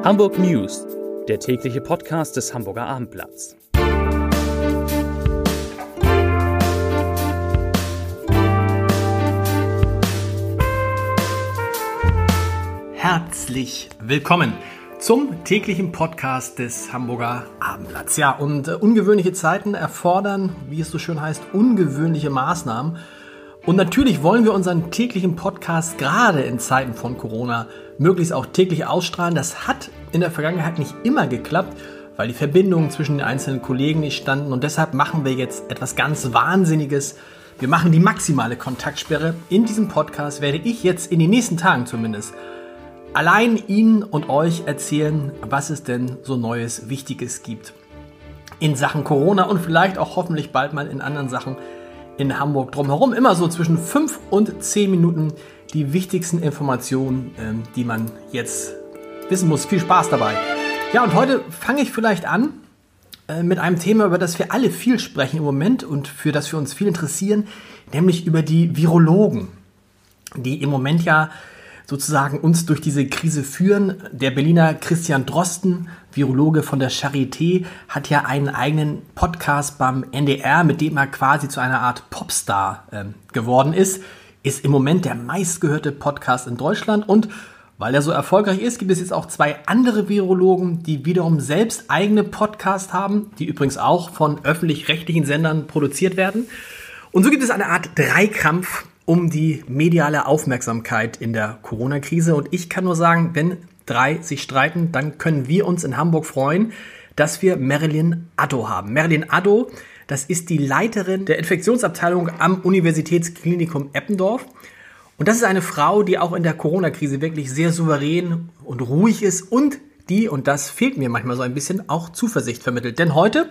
Hamburg News, der tägliche Podcast des Hamburger Abendblatts. Herzlich willkommen zum täglichen Podcast des Hamburger Abendblatts. Ja, und ungewöhnliche Zeiten erfordern, wie es so schön heißt, ungewöhnliche Maßnahmen. Und natürlich wollen wir unseren täglichen Podcast gerade in Zeiten von Corona möglichst auch täglich ausstrahlen. Das hat in der Vergangenheit nicht immer geklappt, weil die Verbindungen zwischen den einzelnen Kollegen nicht standen. Und deshalb machen wir jetzt etwas ganz Wahnsinniges. Wir machen die maximale Kontaktsperre. In diesem Podcast werde ich jetzt in den nächsten Tagen zumindest allein Ihnen und euch erzählen, was es denn so Neues, Wichtiges gibt in Sachen Corona und vielleicht auch hoffentlich bald mal in anderen Sachen in Hamburg drumherum. Immer so zwischen 5 und 10 Minuten die wichtigsten Informationen, die man jetzt wissen muss. Viel Spaß dabei. Ja, und heute fange ich vielleicht an mit einem Thema, über das wir alle viel sprechen im Moment und für das wir uns viel interessieren, nämlich über die Virologen, die im Moment ja sozusagen uns durch diese Krise führen. Der Berliner Christian Drosten, Virologe von der Charité, hat ja einen eigenen Podcast beim NDR, mit dem er quasi zu einer Art Popstar geworden ist. Ist im Moment der meistgehörte Podcast in Deutschland. Und weil er so erfolgreich ist, gibt es jetzt auch 2 andere Virologen, die wiederum selbst eigene Podcasts haben, die übrigens auch von öffentlich-rechtlichen Sendern produziert werden. Und so gibt es eine Art Dreikampf um die mediale Aufmerksamkeit in der Corona-Krise. Und ich kann nur sagen, wenn 3 sich streiten, dann können wir uns in Hamburg freuen, dass wir Marilyn Addo haben. Marilyn Addo, das ist die Leiterin der Infektionsabteilung am Universitätsklinikum Eppendorf. Und das ist eine Frau, die auch in der Corona-Krise wirklich sehr souverän und ruhig ist und die, und das fehlt mir manchmal so ein bisschen, auch Zuversicht vermittelt. Denn heute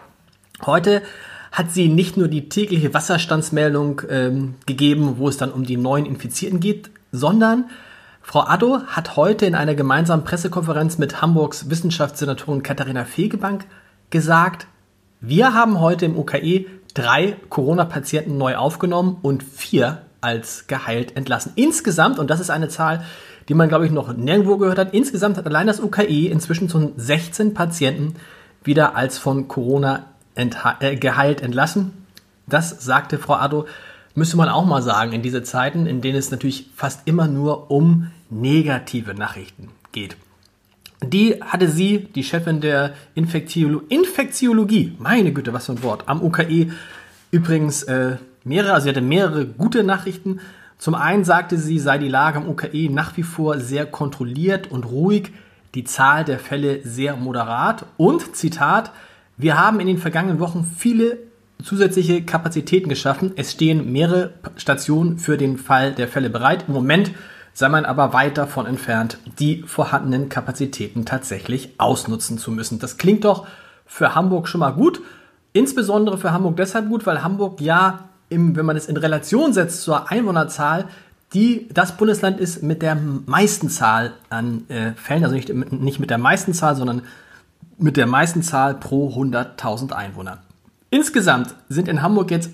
hat sie nicht nur die tägliche Wasserstandsmeldung gegeben, wo es dann um die neuen Infizierten geht, sondern Frau Addo hat heute in einer gemeinsamen Pressekonferenz mit Hamburgs Wissenschaftssenatorin Katharina Fegebank gesagt, wir haben heute im UKE 3 Corona-Patienten neu aufgenommen und 4 als geheilt entlassen. Insgesamt, und das ist eine Zahl, die man, glaube ich, noch nirgendwo gehört hat, insgesamt hat allein das UKE inzwischen schon 16 Patienten wieder als von Corona geheilt entlassen. Das, sagte Frau Addo, müsste man auch mal sagen in diese Zeiten, in denen es natürlich fast immer nur um negative Nachrichten geht. Die hatte sie, die Chefin der Infektiologie, meine Güte, was für ein Wort, am UKE übrigens sie hatte mehrere gute Nachrichten. Zum einen sagte sie, sei die Lage am UKE nach wie vor sehr kontrolliert und ruhig, die Zahl der Fälle sehr moderat und, Zitat, wir haben in den vergangenen Wochen viele zusätzliche Kapazitäten geschaffen. Es stehen mehrere Stationen für den Fall der Fälle bereit. Im Moment sei man aber weit davon entfernt, die vorhandenen Kapazitäten tatsächlich ausnutzen zu müssen. Das klingt doch für Hamburg schon mal gut. Insbesondere für Hamburg deshalb gut, weil Hamburg ja, wenn man es in Relation setzt zur Einwohnerzahl, das Bundesland ist mit der meisten Zahl an Fällen, also nicht mit der meisten Zahl, sondern mit der meisten Zahl pro 100.000 Einwohner. Insgesamt sind in Hamburg jetzt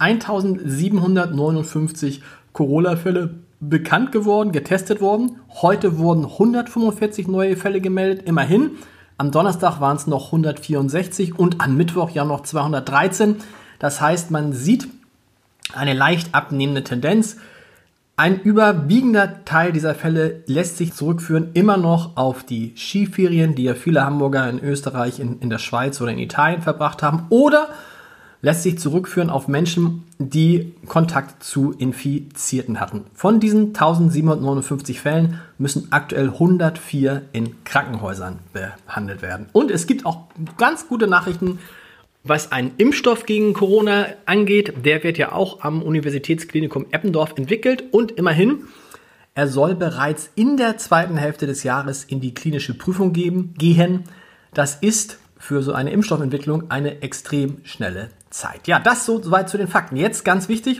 1.759 Corona-Fälle bekannt geworden, getestet worden. Heute wurden 145 neue Fälle gemeldet, immerhin. Am Donnerstag waren es noch 164 und am Mittwoch ja noch 213. Das heißt, man sieht eine leicht abnehmende Tendenz. Ein überwiegender Teil dieser Fälle lässt sich zurückführen immer noch auf die Skiferien, die ja viele Hamburger in Österreich, in der Schweiz oder in Italien verbracht haben, oder lässt sich zurückführen auf Menschen, die Kontakt zu Infizierten hatten. Von diesen 1759 Fällen müssen aktuell 104 in Krankenhäusern behandelt werden. Und es gibt auch ganz gute Nachrichten, was einen Impfstoff gegen Corona angeht. Der wird ja auch am Universitätsklinikum Eppendorf entwickelt und immerhin, er soll bereits in der zweiten Hälfte des Jahres in die klinische Prüfung gehen. Das ist für so eine Impfstoffentwicklung eine extrem schnelle Zeit. Ja, das soweit zu den Fakten. Jetzt ganz wichtig,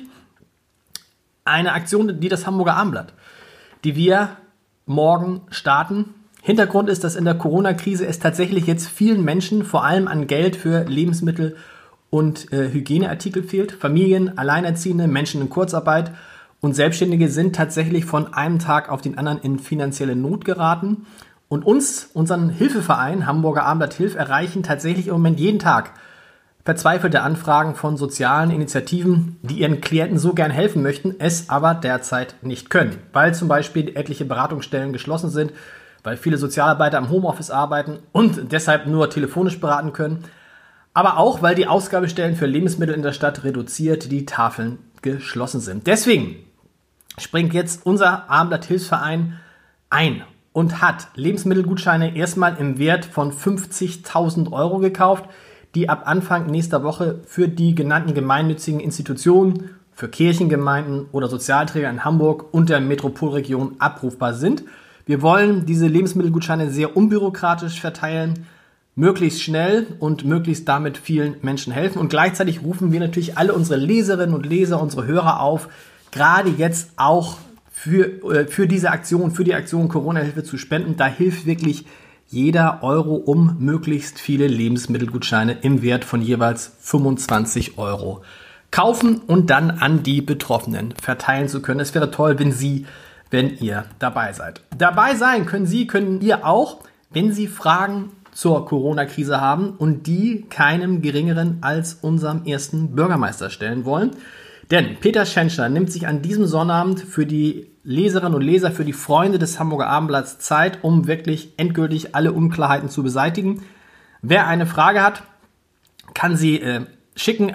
eine Aktion, die das Hamburger Abendblatt, die wir morgen starten. Hintergrund ist, dass in der Corona-Krise es tatsächlich jetzt vielen Menschen vor allem an Geld für Lebensmittel und Hygieneartikel fehlt. Familien, Alleinerziehende, Menschen in Kurzarbeit und Selbstständige sind tatsächlich von einem Tag auf den anderen in finanzielle Not geraten. und unseren Hilfeverein Hamburger Abendblatt Hilf, erreichen tatsächlich im Moment jeden Tag verzweifelte Anfragen von sozialen Initiativen, die ihren Klienten so gern helfen möchten, es aber derzeit nicht können, weil zum Beispiel etliche Beratungsstellen geschlossen sind, weil viele Sozialarbeiter im Homeoffice arbeiten und deshalb nur telefonisch beraten können, aber auch, weil die Ausgabestellen für Lebensmittel in der Stadt reduziert, die Tafeln geschlossen sind. Deswegen springt jetzt unser Abendblatt Hilfsverein ein und hat Lebensmittelgutscheine erstmal im Wert von 50.000 € gekauft, die ab Anfang nächster Woche für die genannten gemeinnützigen Institutionen, für Kirchengemeinden oder Sozialträger in Hamburg und der Metropolregion abrufbar sind. Wir wollen diese Lebensmittelgutscheine sehr unbürokratisch verteilen, möglichst schnell und möglichst damit vielen Menschen helfen. Und gleichzeitig rufen wir natürlich alle unsere Leserinnen und Leser, unsere Hörer auf, gerade jetzt auch für diese Aktion, für die Aktion Corona-Hilfe zu spenden. Da hilft wirklich jeder Euro, um möglichst viele Lebensmittelgutscheine im Wert von jeweils 25 € kaufen und dann an die Betroffenen verteilen zu können. Es wäre toll, wenn ihr dabei seid. Dabei sein können ihr auch, wenn Sie Fragen zur Corona-Krise haben und die keinem geringeren als unserem ersten Bürgermeister stellen wollen. Denn Peter Schenscher nimmt sich an diesem Sonnabend für die Leserinnen und Leser, für die Freunde des Hamburger Abendblatts Zeit, um wirklich endgültig alle Unklarheiten zu beseitigen. Wer eine Frage hat, kann sie schicken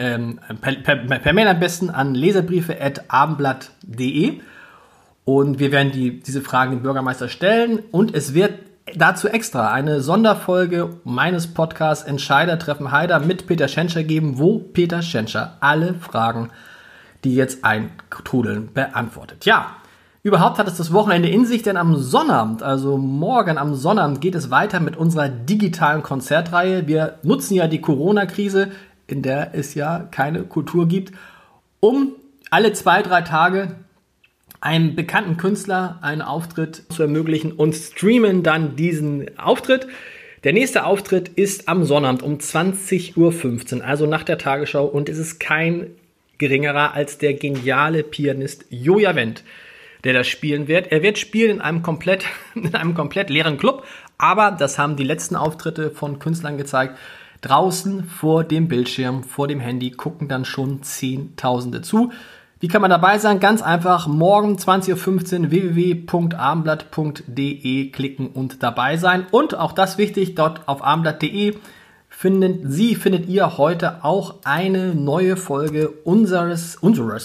per Mail am besten an leserbriefe@abendblatt.de und wir werden diese Fragen dem Bürgermeister stellen und es wird dazu extra eine Sonderfolge meines Podcasts Entscheider treffen Heider mit Peter Schenscher geben, wo Peter Schenscher alle Fragen, die jetzt eintrudeln, beantwortet. Ja, überhaupt hat es das Wochenende in sich, denn am Sonnabend, also morgen am Sonnabend, geht es weiter mit unserer digitalen Konzertreihe. Wir nutzen ja die Corona-Krise, in der es ja keine Kultur gibt, um alle 2-3 Tage einem bekannten Künstler einen Auftritt zu ermöglichen und streamen dann diesen Auftritt. Der nächste Auftritt ist am Sonnabend um 20:15 Uhr, also nach der Tagesschau, und es ist kein geringerer als der geniale Pianist Joja Wendt, der das spielen wird. Er wird spielen in einem komplett leeren Club, aber das haben die letzten Auftritte von Künstlern gezeigt. Draußen vor dem Bildschirm, vor dem Handy gucken dann schon Zehntausende zu. Wie kann man dabei sein? Ganz einfach, morgen 20:15 Uhr www.abendblatt.de klicken und dabei sein. Und auch das wichtig, dort auf abendblatt.de findet ihr heute auch eine neue Folge unseres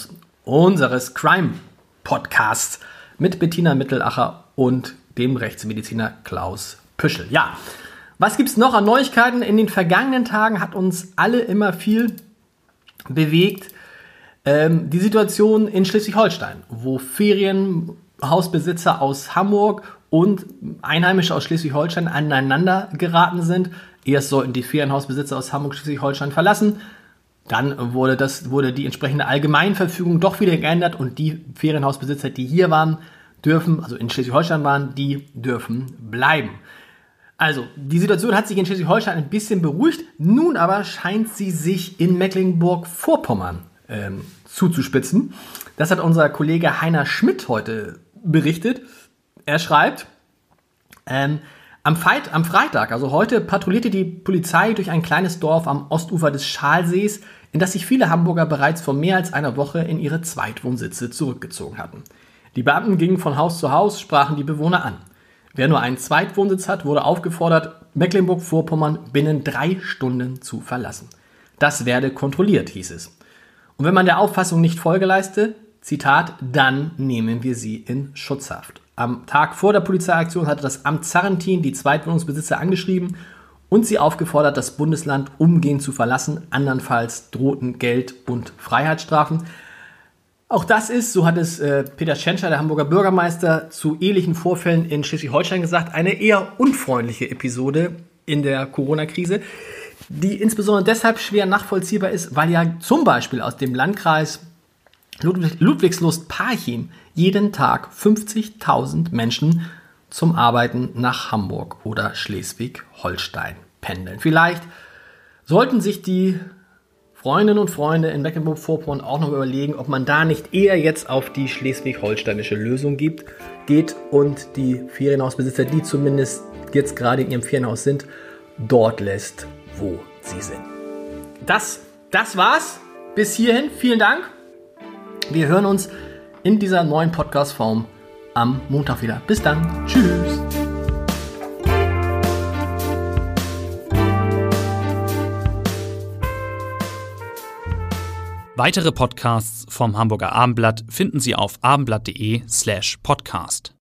Crime-Podcasts mit Bettina Mittelacher und dem Rechtsmediziner Klaus Püschel. Ja, was gibt's noch an Neuigkeiten? In den vergangenen Tagen hat uns alle immer viel bewegt. Die Situation in Schleswig-Holstein, wo Ferienhausbesitzer aus Hamburg und Einheimische aus Schleswig-Holstein aneinander geraten sind. Erst sollten die Ferienhausbesitzer aus Hamburg Schleswig-Holstein verlassen, dann wurde die entsprechende Allgemeinverfügung doch wieder geändert und die Ferienhausbesitzer, die hier waren, also in Schleswig-Holstein waren, die dürfen bleiben. Also, die Situation hat sich in Schleswig-Holstein ein bisschen beruhigt, nun aber scheint sie sich in Mecklenburg-Vorpommern zuzuspitzen. Das hat unser Kollege Heiner Schmidt heute berichtet. Er schreibt, am Freitag, also heute, patrouillierte die Polizei durch ein kleines Dorf am Ostufer des Schalsees, in das sich viele Hamburger bereits vor mehr als einer Woche in ihre Zweitwohnsitze zurückgezogen hatten. Die Beamten gingen von Haus zu Haus, sprachen die Bewohner an. Wer nur einen Zweitwohnsitz hat, wurde aufgefordert, Mecklenburg-Vorpommern binnen 3 Stunden zu verlassen. Das werde kontrolliert, hieß es. Und wenn man der Auffassung nicht Folge leiste, Zitat, dann nehmen wir sie in Schutzhaft. Am Tag vor der Polizeiaktion hatte das Amt Zarrentin die Zweitwohnungsbesitzer angeschrieben und sie aufgefordert, das Bundesland umgehend zu verlassen. Andernfalls drohten Geld- und Freiheitsstrafen. Auch das ist, so hat es Peter Schenscher, der Hamburger Bürgermeister, zu ähnlichen Vorfällen in Schleswig-Holstein gesagt, eine eher unfreundliche Episode in der Corona-Krise, die insbesondere deshalb schwer nachvollziehbar ist, weil ja zum Beispiel aus dem Landkreis Ludwigslust-Parchim jeden Tag 50.000 Menschen zum Arbeiten nach Hamburg oder Schleswig-Holstein pendeln. Vielleicht sollten sich die Freundinnen und Freunde in Mecklenburg-Vorpommern auch noch überlegen, ob man da nicht eher jetzt auf die schleswig-holsteinische Lösung geht und die Ferienhausbesitzer, die zumindest jetzt gerade in ihrem Ferienhaus sind, dort lässt, wo sie sind. Das war's. Bis hierhin. Vielen Dank. Wir hören uns in dieser neuen Podcast-Form am Montag wieder. Bis dann. Tschüss. Weitere Podcasts vom Hamburger Abendblatt finden Sie auf abendblatt.de/podcast.